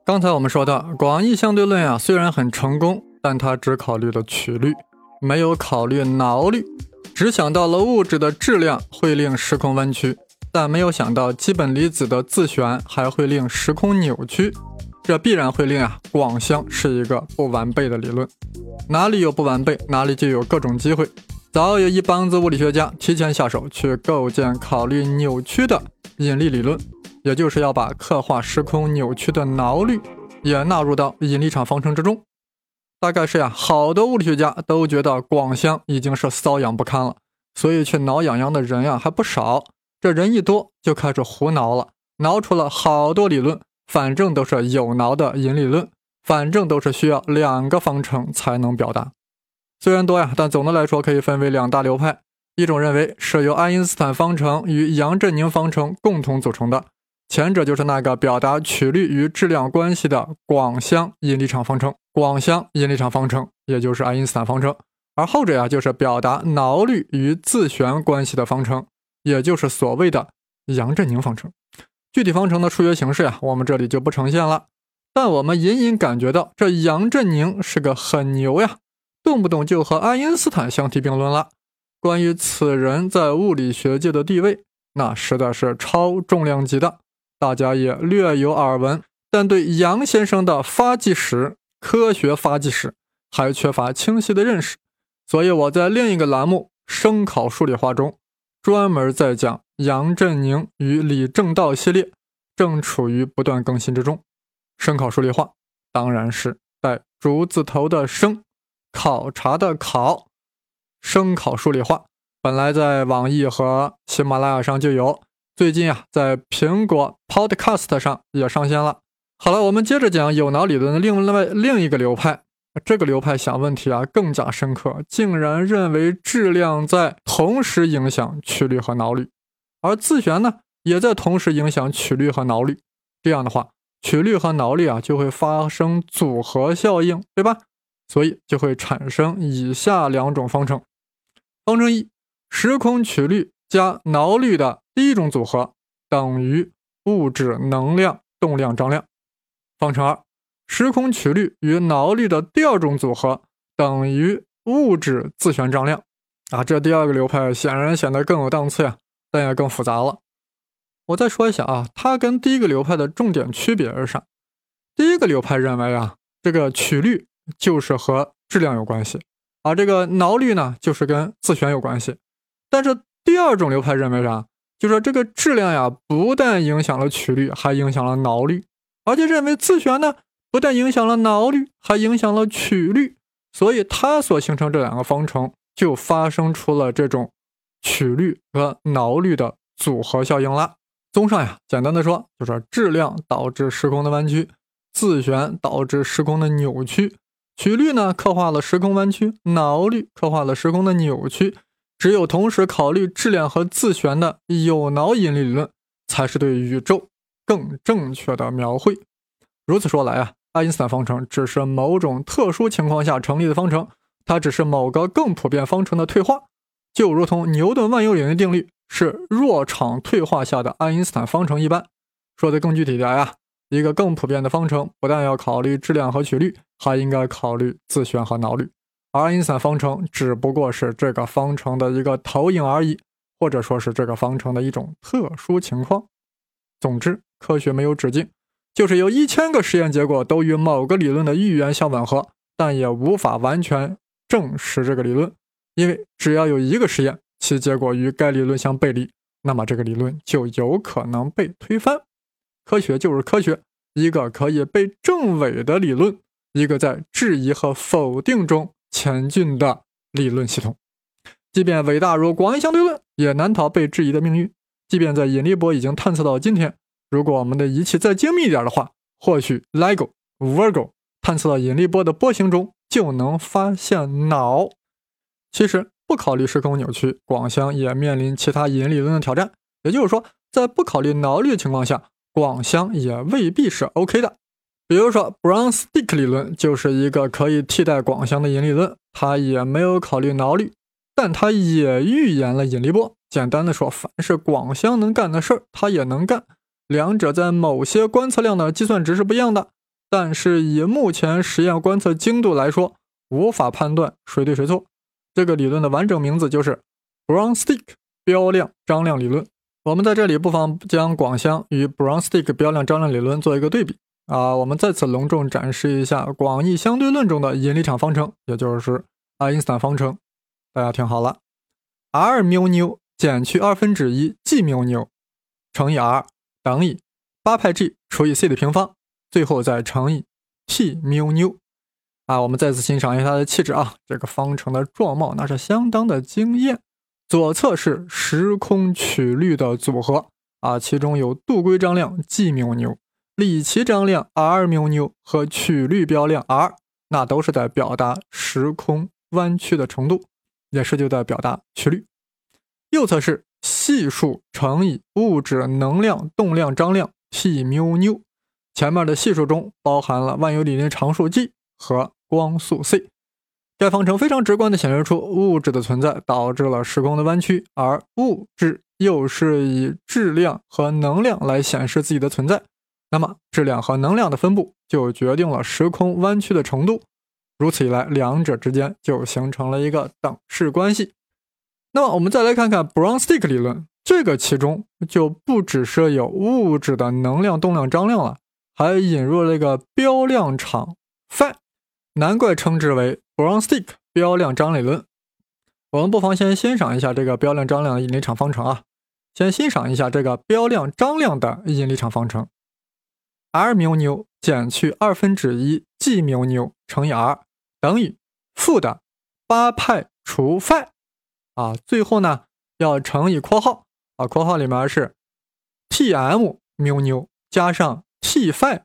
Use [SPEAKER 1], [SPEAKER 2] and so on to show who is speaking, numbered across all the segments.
[SPEAKER 1] 刚才我们说的广义相对论啊，虽然很成功，但它只考虑了曲率，没有考虑挠率，只想到了物质的质量会令时空弯曲，但没有想到基本粒子的自旋还会令时空扭曲，这必然会令广相是一个不完备的理论。哪里有不完备，哪里就有各种机会。早有一帮子物理学家提前下手去构建考虑扭曲的引力理论，也就是要把刻画时空扭曲的挠率也纳入到引力场方程之中。大概是好多物理学家都觉得广相已经是瘙痒不堪了，所以去挠痒痒的人还不少。这人一多就开始胡挠了，挠出了好多理论，反正都是有挠的引力论，反正都是需要两个方程才能表达。虽然多但总的来说可以分为两大流派。一种认为是由爱因斯坦方程与杨振宁方程共同组成的，前者就是那个表达曲率与质量关系的广相引力场方程，广相引力场方程也就是爱因斯坦方程，而后者就是表达挠率与自旋关系的方程，也就是所谓的杨振宁方程。具体方程的数学形式我们这里就不呈现了，但我们隐隐感觉到这杨振宁是个很牛动不动就和爱因斯坦相提并论了。关于此人在物理学界的地位，那实在是超重量级的，大家也略有耳闻，但对杨先生的发迹史、科学发迹史还缺乏清晰的认识，所以我在另一个栏目声考数理化中专门在讲杨振宁与李政道系列，正处于不断更新之中。声考数理化当然是带竹字头的声，考察的考，声考数理化本来在网易和喜马拉雅上就有，最近在苹果 Podcast 上也上线了。好了，我们接着讲有脑理论的另一个流派。这个流派想问题更加深刻，竟然认为质量在同时影响曲率和挠率，而自旋呢也在同时影响曲率和挠率。这样的话，曲率和挠率就会发生组合效应，对吧？所以就会产生以下两种方程。方程一，时空曲率加挠率的第一种组合等于物质能量动量张量。方程二，时空曲率与挠率的第二种组合等于物质自旋张量。这第二个流派显然显得更有档次但也更复杂了。我再说一下它跟第一个流派的重点区别是啥？第一个流派认为这个曲率就是和质量有关系，而这个挠率呢就是跟自旋有关系。但是第二种流派认为啥？就说这个质量不但影响了曲率，还影响了挠率，而且认为自旋呢不但影响了挠率，还影响了曲率，所以它所形成这两个方程就发生出了这种曲率和挠率的组合效应了。综上简单的说，就是质量导致时空的弯曲，自旋导致时空的扭曲，曲率呢刻画了时空弯曲，挠率刻画了时空的扭曲。只有同时考虑质量和自旋的有挠引力理论，才是对宇宙更正确的描绘。如此说来爱因斯坦方程只是某种特殊情况下成立的方程，它只是某个更普遍方程的退化，就如同牛顿万有引力定律是弱场退化下的爱因斯坦方程一般。说的更具体点一个更普遍的方程不但要考虑质量和曲率，还应该考虑自旋和挠率，而爱因斯坦方程只不过是这个方程的一个投影而已，或者说是这个方程的一种特殊情况。总之，科学没有止境，就是有1000个实验结果都与某个理论的预言相吻合，但也无法完全证实这个理论，因为只要有一个实验其结果与该理论相背离，那么这个理论就有可能被推翻。科学就是科学，一个可以被证伪的理论，一个在质疑和否定中前进的理论系统。即便伟大如广义相对论，也难逃被质疑的命运。即便在引力波已经探测到今天，如果我们的仪器再精密一点的话，或许 LIGO、Virgo 探测到引力波的波形中就能发现脑。其实不考虑时空扭曲，广相也面临其他引力理论的挑战，也就是说，在不考虑挠率的情况下，广相也未必是 OK 的。比如说 Brown-Stick 理论就是一个可以替代广相的引力论，它也没有考虑挠率，但它也预言了引力波。简单的说，凡是广相能干的事儿，它也能干。两者在某些观测量的计算值是不一样的， 但是以目前实验观测精度来说，无法判断谁对谁错。这个理论的完整名字就是 Brownstick 标量张量理论。我们在这里不妨将广相与 Brownstick 标量张量理论做一个对比我们再次隆重展示一下广义相对论中的引力场方程，也就是爱因斯坦方程。大家听好了， r μ 减去1/2 g μ乘以 r 等于8派 g 除以 c 的平方，最后再乘以 t μ我们再次欣赏一下它的气质这个方程的状貌那是相当的惊艳。左侧是时空曲率的组合其中有度规张量 g μ、里奇张量 r μ 和曲率标量 r， 那都是在表达时空弯曲的程度，也是就在表达曲率。右侧是系数乘以物质能量动量张量 t μ， 前面的系数中包含了万有引力常数 g 和光速 c。该方程非常直观地显示出物质的存在导致了时空的弯曲，而物质又是以质量和能量来显示自己的存在，那么质量和能量的分布就决定了时空弯曲的程度，如此一来两者之间就形成了一个等式关系。那么我们再来看看 Brownstick 理论，这个其中就不只是有物质的能量动量张量了，还引入了一个标量场 phi， 难怪称之为 Brownstick 标量张理论。我们不妨先欣赏一下这个标量张量的引力场方程先欣赏一下这个标量张量的引力场方程， r μ减去1/2 g μ乘以 r 等于负的8派除 phi最后呢要乘以括号括号里面是 tm μ 加上 t phi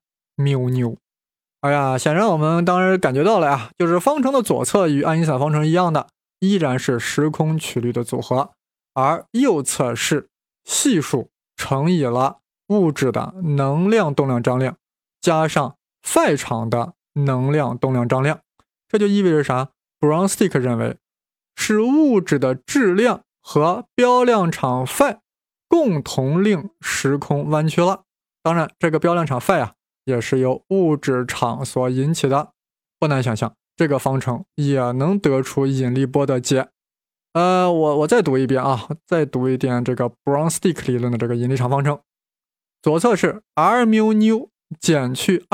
[SPEAKER 1] μ。显然我们当然感觉到了就是方程的左侧与爱因斯坦方程一样的，依然是时空曲率的组合，而右侧是系数乘以了物质的能量动量张量加上 phi 场的能量动量张量。这就意味着啥？ Brownstick 认为是物质的质量和标量场 phi 共同令时空弯曲了。当然这个标量场 phi 也是由物质场所引起的，不难想象这个方程也能得出引力波的解。我再读一遍再读一遍这个 Brownstick 理论的这个引力场方程。左侧是 r μ 减去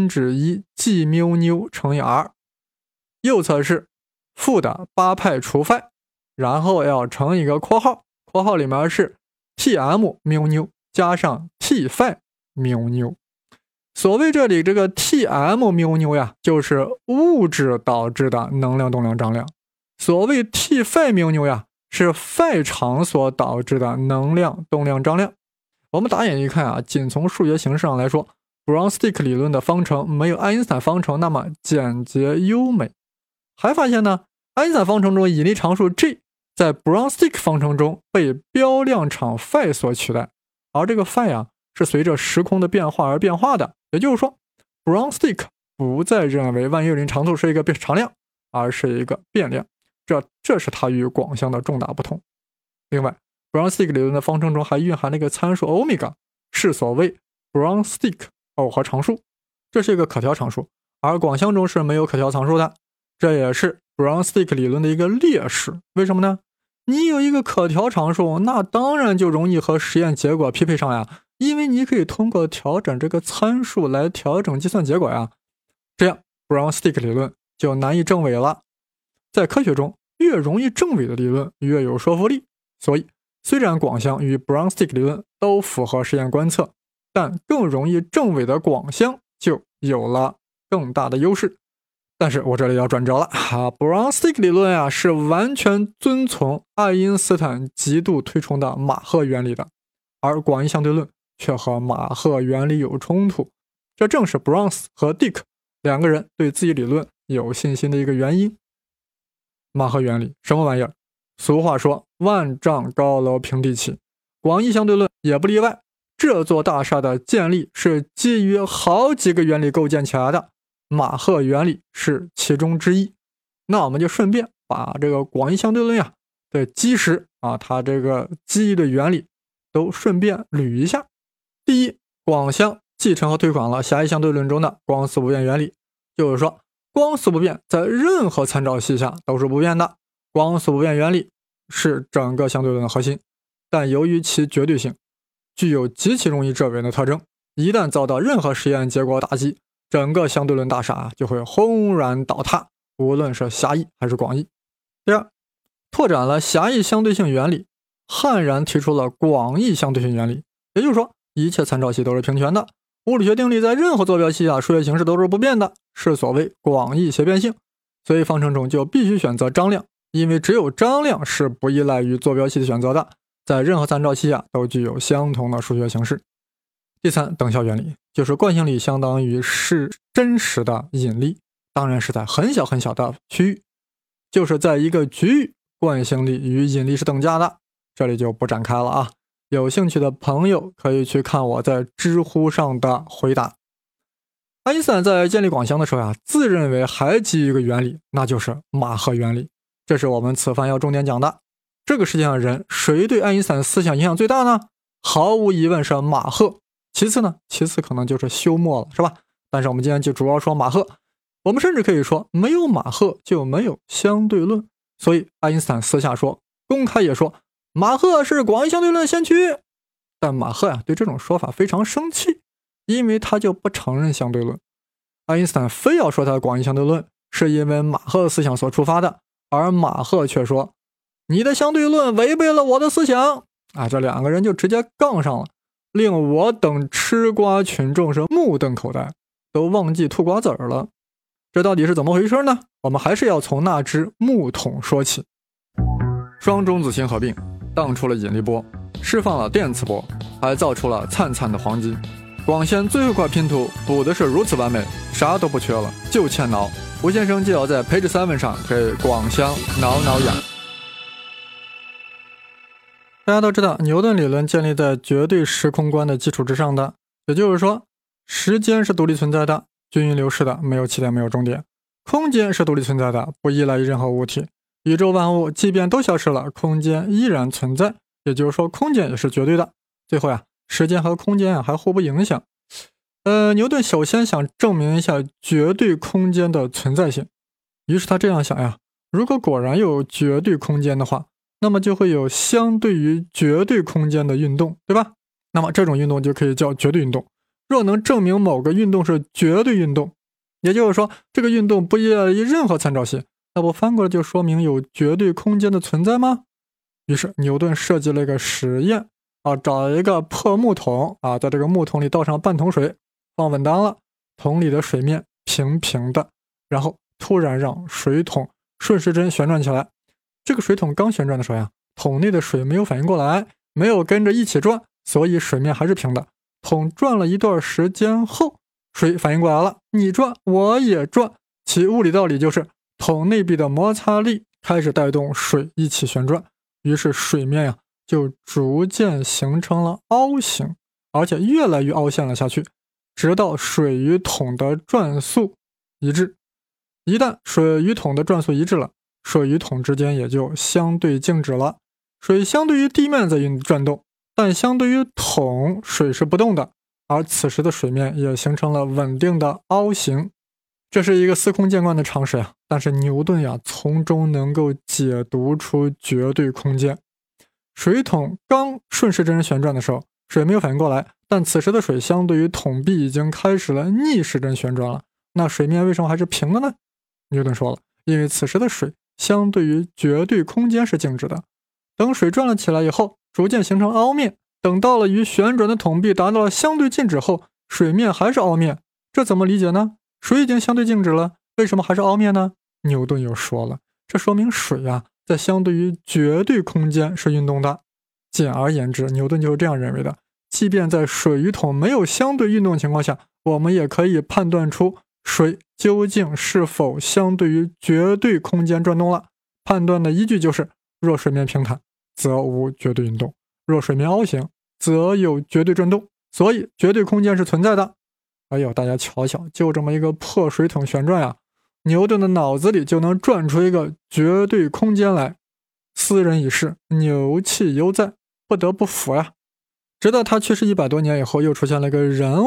[SPEAKER 1] 1/2 g μ乘以 r， 右侧是负的8派除 phi， 然后要乘一个括号，括号里面是 tm μ 加上 t phi μ。所谓这里这个 tm μ就是物质导致的能量动量张量，所谓 t phi μ是 phi 场所导致的能量动量张量。我们打眼一看仅从数学形式上来说， Brownstick 理论的方程没有爱因斯坦方程那么简洁优美。还发现呢，爱因斯坦方程中引力常数 g 在 Brownstick 方程中被标量场 phi 所取代，而这个 phi 是随着时空的变化而变化的。也就是说 Brownstick 不再认为万有引力常数是一个常量，而是一个变量，这是它与广相的重大不同。另外 Brownstick 理论的方程中还蕴含了一个参数欧米伽，是所谓 Brownstick 耦合常数，这是一个可调常数，而广相中是没有可调常数的，这也是 Brownstick 理论的一个劣势。为什么呢？你有一个可调常数，那当然就容易和实验结果匹配上因为你可以通过调整这个参数来调整计算结果这样 Brownstick 理论就难以证伪了。在科学中，越容易证伪的理论越有说服力，所以虽然广相与 Brownstick 理论都符合实验观测，但更容易证伪的广相就有了更大的优势。但是我这里要转折了Brownstick 理论是完全遵从爱因斯坦极度推崇的马赫原理的，而广义相对论却和马赫原理有冲突，这正是 Browns 和 Dick 两个人对自己理论有信心的一个原因。马赫原理什么玩意儿？俗话说万丈高楼平地起，广义相对论也不例外。这座大厦的建立是基于好几个原理构建起来的，马赫原理是其中之一。那我们就顺便把这个广义相对论的基石它这个基于的原理都顺便捋一下。第一，广相继承和推广了狭义相对论中的光速不变原理，就是说光速不变在任何参照系下都是不变的。光速不变原理是整个相对论的核心，但由于其绝对性，具有极其容易证伪的特征，一旦遭到任何实验结果打击，整个相对论大厦就会轰然倒塌，无论是狭义还是广义。第二，拓展了狭义相对性原理，悍然提出了广义相对性原理，也就是说一切参照系都是平权的，物理学定律在任何坐标系下数学形式都是不变的，是所谓广义斜变性。所以方程中就必须选择张量，因为只有张量是不依赖于坐标系的选择的，在任何参照系下都具有相同的数学形式。第三，等效原理，就是惯性力相当于是真实的引力，当然是在很小很小的区域，就是在一个局域，惯性力与引力是等价的，这里就不展开了啊。有兴趣的朋友可以去看我在知乎上的回答。爱因斯坦在建立广相的时候自认为还基于一个原理，那就是马赫原理，这是我们此番要重点讲的。这个世界上人谁对爱因斯坦思想影响最大呢？毫无疑问是马赫，其次可能就是休谟了，是吧？但是我们今天就主要说马赫。我们甚至可以说没有马赫就没有相对论，所以爱因斯坦私下说，公开也说马赫是广义相对论先驱。但马赫对这种说法非常生气，因为他就不承认相对论。爱因斯坦非要说他的广义相对论是因为马赫思想所触发的，而马赫却说你的相对论违背了我的思想这两个人就直接杠上了，令我等吃瓜群众是目瞪口呆，都忘记吐瓜子儿了。这到底是怎么回事呢？我们还是要从那只木桶说起。双中子星合并荡出了引力波，释放了电磁波，还造出了灿灿的黄金。广线最后一块拼图补的是如此完美，啥都不缺了，就欠挠。吴先生就要在 Page 7上给广相挠挠痒。大家都知道，牛顿理论建立在绝对时空观的基础之上的，也就是说，时间是独立存在的，均匀流逝的，没有起点，没有终点。空间是独立存在的，不依赖于任何物体。宇宙万物即便都消失了，空间依然存在，也就是说空间也是绝对的。最后时间和空间还互不影响。牛顿首先想证明一下绝对空间的存在性，于是他这样想如果果然有绝对空间的话，那么就会有相对于绝对空间的运动，对吧？那么这种运动就可以叫绝对运动。若能证明某个运动是绝对运动，也就是说这个运动不依赖于任何参照系，那不翻过来就说明有绝对空间的存在吗？于是牛顿设计了一个实验找一个破木桶在这个木桶里倒上半桶水，放稳当了，桶里的水面平平的，然后突然让水桶顺时针旋转起来。这个水桶刚旋转的时候桶内的水没有反应过来，没有跟着一起转，所以水面还是平的。桶转了一段时间后，水反应过来了，你转我也转，其物理道理就是桶内壁的摩擦力开始带动水一起旋转，于是水面就逐渐形成了凹形，而且越来越凹陷了下去，直到水与桶的转速一致。一旦水与桶的转速一致了，水与桶之间也就相对静止了。水相对于地面在转动，但相对于桶，水是不动的，而此时的水面也形成了稳定的凹形。这是一个司空见惯的常识但是牛顿从中能够解读出绝对空间。水桶刚顺时针旋转的时候，水没有反应过来，但此时的水相对于桶壁已经开始了逆时针旋转了，那水面为什么还是平的呢？牛顿说了，因为此时的水相对于绝对空间是静止的，等水转了起来以后，逐渐形成凹面，等到了与旋转的桶壁达到了相对静止后，水面还是凹面，这怎么理解呢？水已经相对静止了，为什么还是凹面呢？牛顿又说了，这说明水在相对于绝对空间是运动的。简而言之，牛顿就是这样认为的，即便在水与桶没有相对运动情况下，我们也可以判断出水究竟是否相对于绝对空间转动了。判断的依据就是，若水面平坦，则无绝对运动；若水面凹形，则有绝对转动。所以绝对空间是存在的。哎呦，大家瞧瞧，就这么一个破水桶旋转牛顿的脑子里就能转出一个绝对空间来。斯人已逝，牛气犹在，不得不服直到他去世100多年以后，又出现了一个人物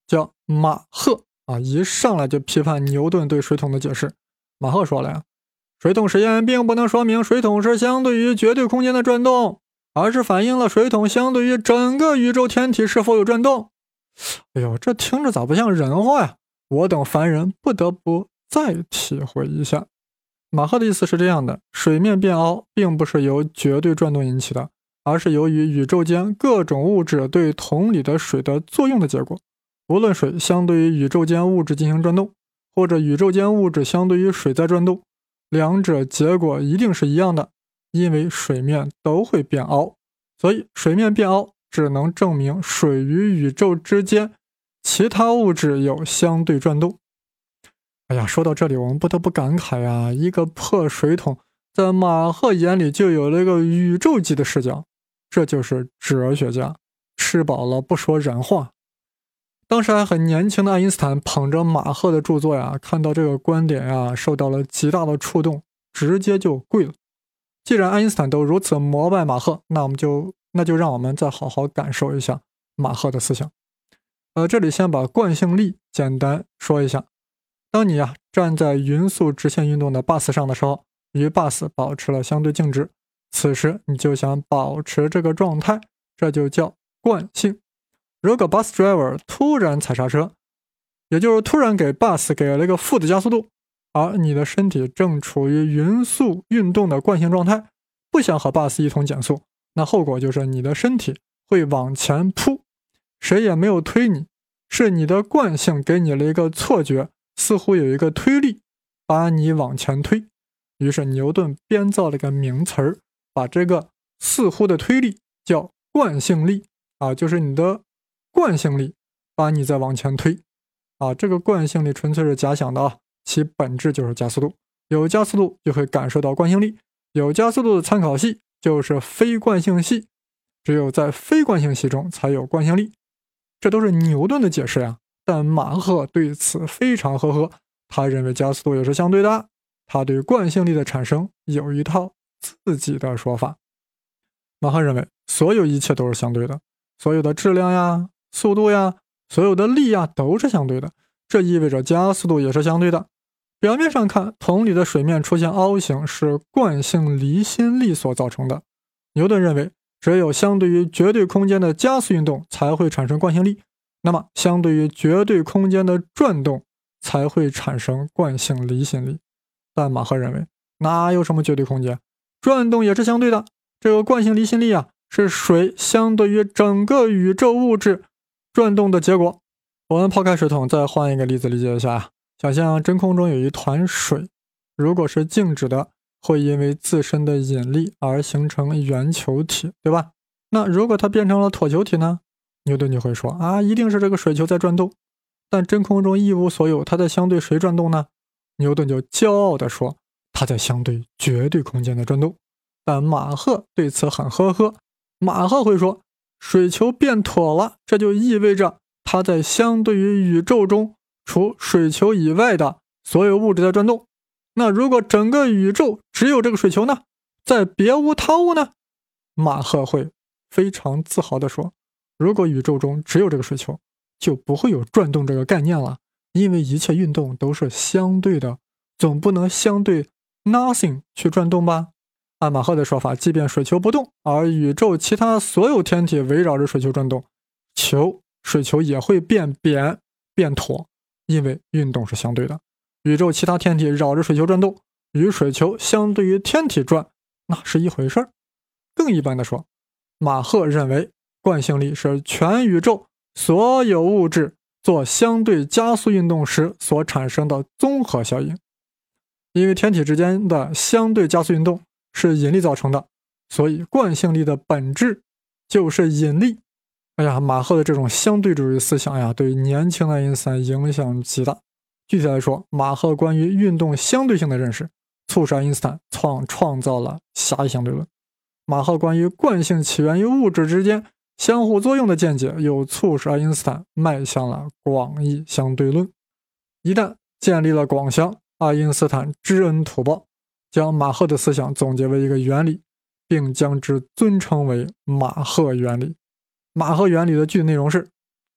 [SPEAKER 1] 叫马赫一上来就批判牛顿对水桶的解释。马赫说了呀，水桶实验并不能说明水桶是相对于绝对空间的转动，而是反映了水桶相对于整个宇宙天体是否有转动。哎呦，这听着咋不像人话呀？我等凡人不得不再体会一下。马赫的意思是这样的，水面变凹并不是由绝对转动引起的，而是由于宇宙间各种物质对桶里的水的作用的结果。无论水相对于宇宙间物质进行转动，或者宇宙间物质相对于水在转动，两者结果一定是一样的，因为水面都会变凹。所以水面变凹只能证明水与宇宙之间其他物质有相对转动。哎呀，说到这里我们不得不感慨啊，一个破水桶在马赫眼里就有了一个宇宙级的视角，这就是哲学家，吃饱了不说人话。当时还很年轻的爱因斯坦捧着马赫的著作呀，看到这个观点呀，受到了极大的触动，直接就跪了。既然爱因斯坦都如此膜拜马赫，那就让我们再好好感受一下马赫的思想。这里先把惯性力简单说一下。当你站在匀速直线运动的 bus 上的时候，与 bus 保持了相对静止，此时你就想保持这个状态，这就叫惯性。如果 bus driver 突然踩刹车，也就是突然给 bus 给了一个负的加速度，而你的身体正处于匀速运动的惯性状态，不想和 bus 一同减速，那后果就是你的身体会往前扑，谁也没有推你，是你的惯性给你了一个错觉，似乎有一个推力把你往前推。于是牛顿编造了一个名词儿，把这个似乎的推力叫惯性力就是你的惯性力把你再往前推这个惯性力纯粹是假想的其本质就是加速度。有加速度就会感受到惯性力，有加速度的参考系就是非惯性系，只有在非惯性系中才有惯性力。这都是牛顿的解释呀，但马赫对此非常呵呵，他认为加速度也是相对的，他对惯性力的产生有一套自己的说法。马赫认为所有一切都是相对的，所有的质量呀、速度呀、所有的力呀都是相对的，这意味着加速度也是相对的。表面上看，桶里的水面出现凹形是惯性离心力所造成的。牛顿认为只有相对于绝对空间的加速运动才会产生惯性力，那么相对于绝对空间的转动才会产生惯性离心力。但马赫认为哪有什么绝对空间，转动也是相对的，这个惯性离心力是水相对于整个宇宙物质转动的结果。我们抛开水桶，再换一个例子理解一下想象真空中有一团水，如果是静止的，会因为自身的引力而形成圆球体，对吧？那如果它变成了椭球体呢？牛顿就会说一定是这个水球在转动。但真空中一无所有，它在相对谁转动呢？牛顿就骄傲地说它在相对绝对空间的转动。但马赫对此很呵呵，马赫会说水球变椭了，这就意味着它在相对于宇宙中除水球以外的所有物质在转动。那如果整个宇宙只有这个水球呢？再别无他物呢？马赫会非常自豪地说，如果宇宙中只有这个水球，就不会有转动这个概念了，因为一切运动都是相对的，总不能相对 nothing 去转动吧？按马赫的说法，即便水球不动，而宇宙其他所有天体围绕着水球转动，水球也会变扁变椭，因为运动是相对的。宇宙其他天体绕着水球转动，与水球相对于天体转，那是一回事儿。更一般的说，马赫认为惯性力是全宇宙所有物质做相对加速运动时所产生的综合效应。因为天体之间的相对加速运动是引力造成的，所以惯性力的本质就是引力。马赫的这种相对主义思想对年轻的爱因斯坦影响极大。具体来说，马赫关于运动相对性的认识，促使爱因斯坦创造了狭义相对论。马赫关于惯性起源于物质之间相互作用的见解，又促使爱因斯坦迈向了广义相对论。一旦建立了广相，爱因斯坦知恩图报，将马赫的思想总结为一个原理，并将之尊称为马赫原理。马赫原理的具体内容是，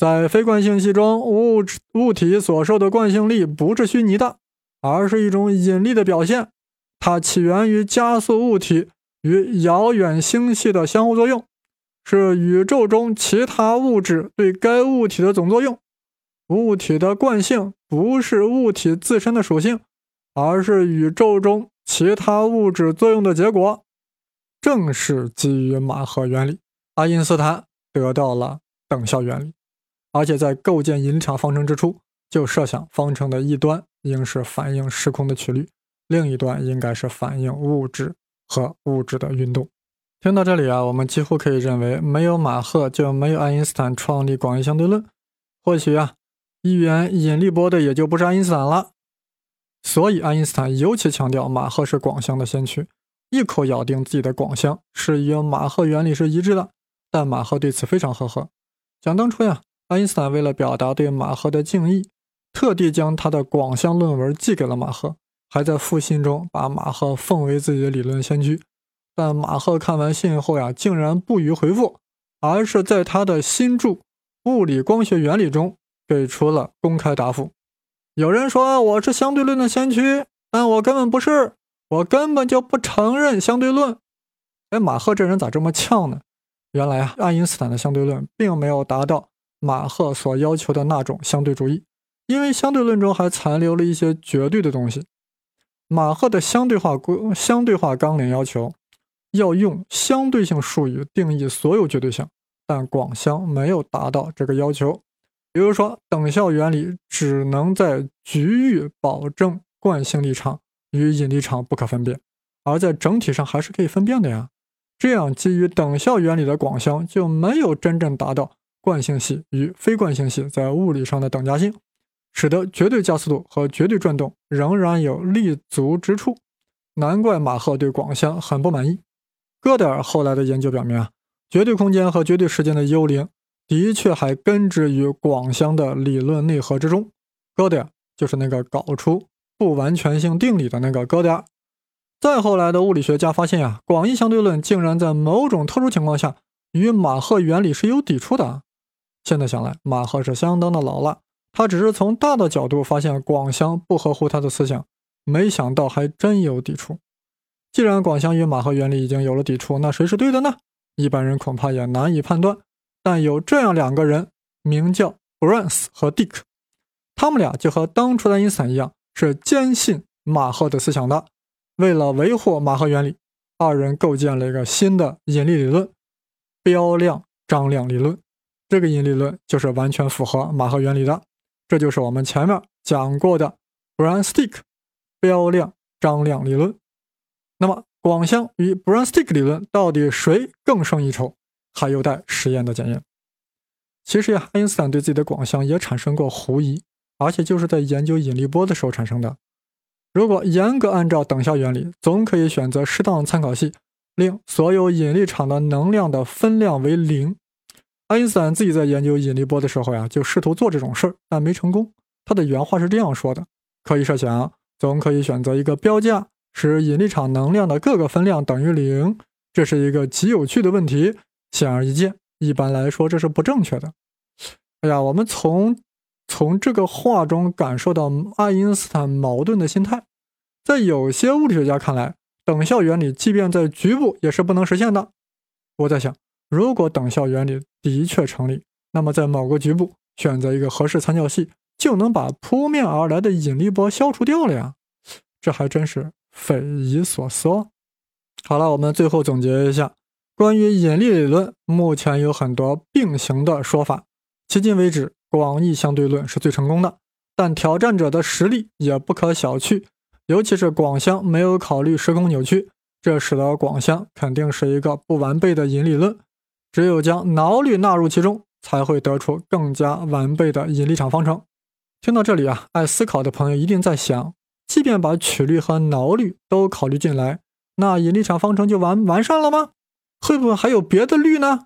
[SPEAKER 1] 在非惯性系中，物体所受的惯性力不是虚拟的，而是一种引力的表现，它起源于加速物体与遥远星系的相互作用，是宇宙中其他物质对该物体的总作用。物体的惯性不是物体自身的属性，而是宇宙中其他物质作用的结果。正是基于马赫原理，爱因斯坦得到了等效原理，而且在构建引力场方程之初，就设想方程的一端应是反映时空的曲率，另一端应该是反映物质和物质的运动。听到这里我们几乎可以认为，没有马赫就没有爱因斯坦创立广义相对论。或许预言引力波的也就不是爱因斯坦了。所以爱因斯坦尤其强调马赫是广相的先驱，一口咬定自己的广相是与马赫原理是一致的，但马赫对此非常呵呵。想当初爱因斯坦为了表达对马赫的敬意，特地将他的广相论文寄给了马赫，还在复信中把马赫奉为自己的理论先驱。但马赫看完信后竟然不予回复，而是在他的新著《物理光学原理》中给出了公开答复。有人说我是相对论的先驱，但我根本不是，我根本就不承认相对论。马赫这人咋这么呛呢？原来爱因斯坦的相对论并没有达到马赫所要求的那种相对主义，因为相对论中还残留了一些绝对的东西。马赫的相对化纲领要求要用相对性术语定义所有绝对性，但广相没有达到这个要求。比如说，等效原理只能在局域保证惯性力场与引力场不可分辨，而在整体上还是可以分辨的呀。这样基于等效原理的广相就没有真正达到惯性系与非惯性系在物理上的等价性，使得绝对加速度和绝对转动仍然有立足之处。难怪马赫对广相很不满意。哥德尔后来的研究表明绝对空间和绝对时间的幽灵的确还根植于广相的理论内核之中。哥德尔就是那个搞出不完全性定理的那个哥德尔。再后来的物理学家发现广义相对论竟然在某种特殊情况下与马赫原理是有抵触的。现在想来，马赫是相当的老了，他只是从大的角度发现广相不合乎他的思想，没想到还真有抵触。既然广相与马赫原理已经有了抵触，那谁是对的呢？一般人恐怕也难以判断。但有这样两个人，名叫 Brans 和 Dicke， 他们俩就和当初的爱因斯坦一样，是坚信马赫的思想的。为了维护马赫原理，二人构建了一个新的引力理论——标量张量理论。这个引力论就是完全符合马赫原理的，这就是我们前面讲过的 Brans-Dicke 标量张量理论。那么广相与 Brans-Dicke 理论到底谁更胜一筹，还有待实验的检验。其实爱因斯坦对自己的广相也产生过狐疑，而且就是在研究引力波的时候产生的。如果严格按照等效原理，总可以选择适当的参考系，令所有引力场的能量的分量为0。爱因斯坦自己在研究引力波的时候就试图做这种事儿，但没成功。他的原话是这样说的：可以设想，总可以选择一个标价，使引力场能量的各个分量等于0。这是一个极有趣的问题，显而易见，一般来说这是不正确的。我们从这个话中感受到爱因斯坦矛盾的心态。在有些物理学家看来，等效原理即便在局部也是不能实现的。我在想，如果等效原理的确成立，那么在某个局部选择一个合适参照系，就能把扑面而来的引力波消除掉了呀。这还真是匪夷所思哦。好了，我们最后总结一下，关于引力理论，目前有很多并行的说法。迄今为止，广义相对论是最成功的，但挑战者的实力也不可小觑，尤其是广相没有考虑时空扭曲，这使得广相肯定是一个不完备的引力论。只有将脑力纳入其中，才会得出更加完备的引力场方程。听到这里爱思考的朋友一定在想，即便把曲率和挠率都考虑进来，那引力场方程就完善了吗？会不会还有别的律呢？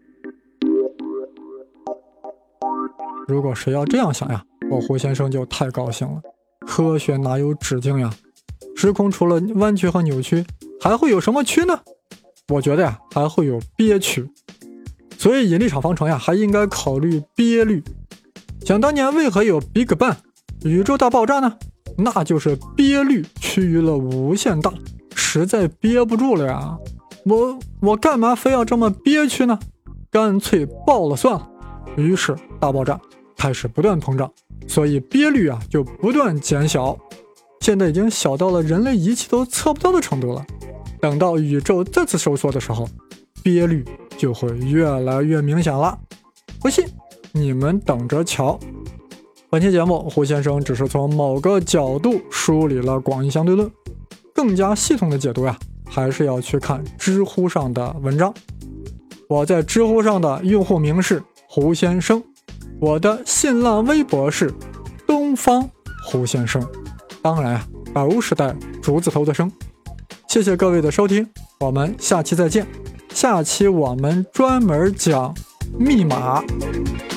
[SPEAKER 1] 如果谁要这样想我胡先生就太高兴了。科学哪有止境呀？时空除了弯曲和扭曲，还会有什么曲呢？我觉得还会有憋曲。 所以引力场方程呀，还应该考虑憋率。想当年为何有 Big Bang 宇宙大爆炸呢？那就是憋率趋于了无限大，实在憋不住了呀。我干嘛非要这么憋屈呢？干脆爆了算了。于是大爆炸开始不断膨胀，所以憋率啊就不断减小，现在已经小到了人类仪器都测不到的程度了。等到宇宙再次收缩的时候，憋率就会越来越明显了。不信你们等着瞧。本期节目胡先生只是从某个角度梳理了广义相对论，更加系统的解读呀，还是要去看知乎上的文章。我在知乎上的用户名是胡先生，我的新浪微博是东方胡先生，当然啊，欧时代竹字头的生。谢谢各位的收听，我们下期再见。下期我们专门讲密码。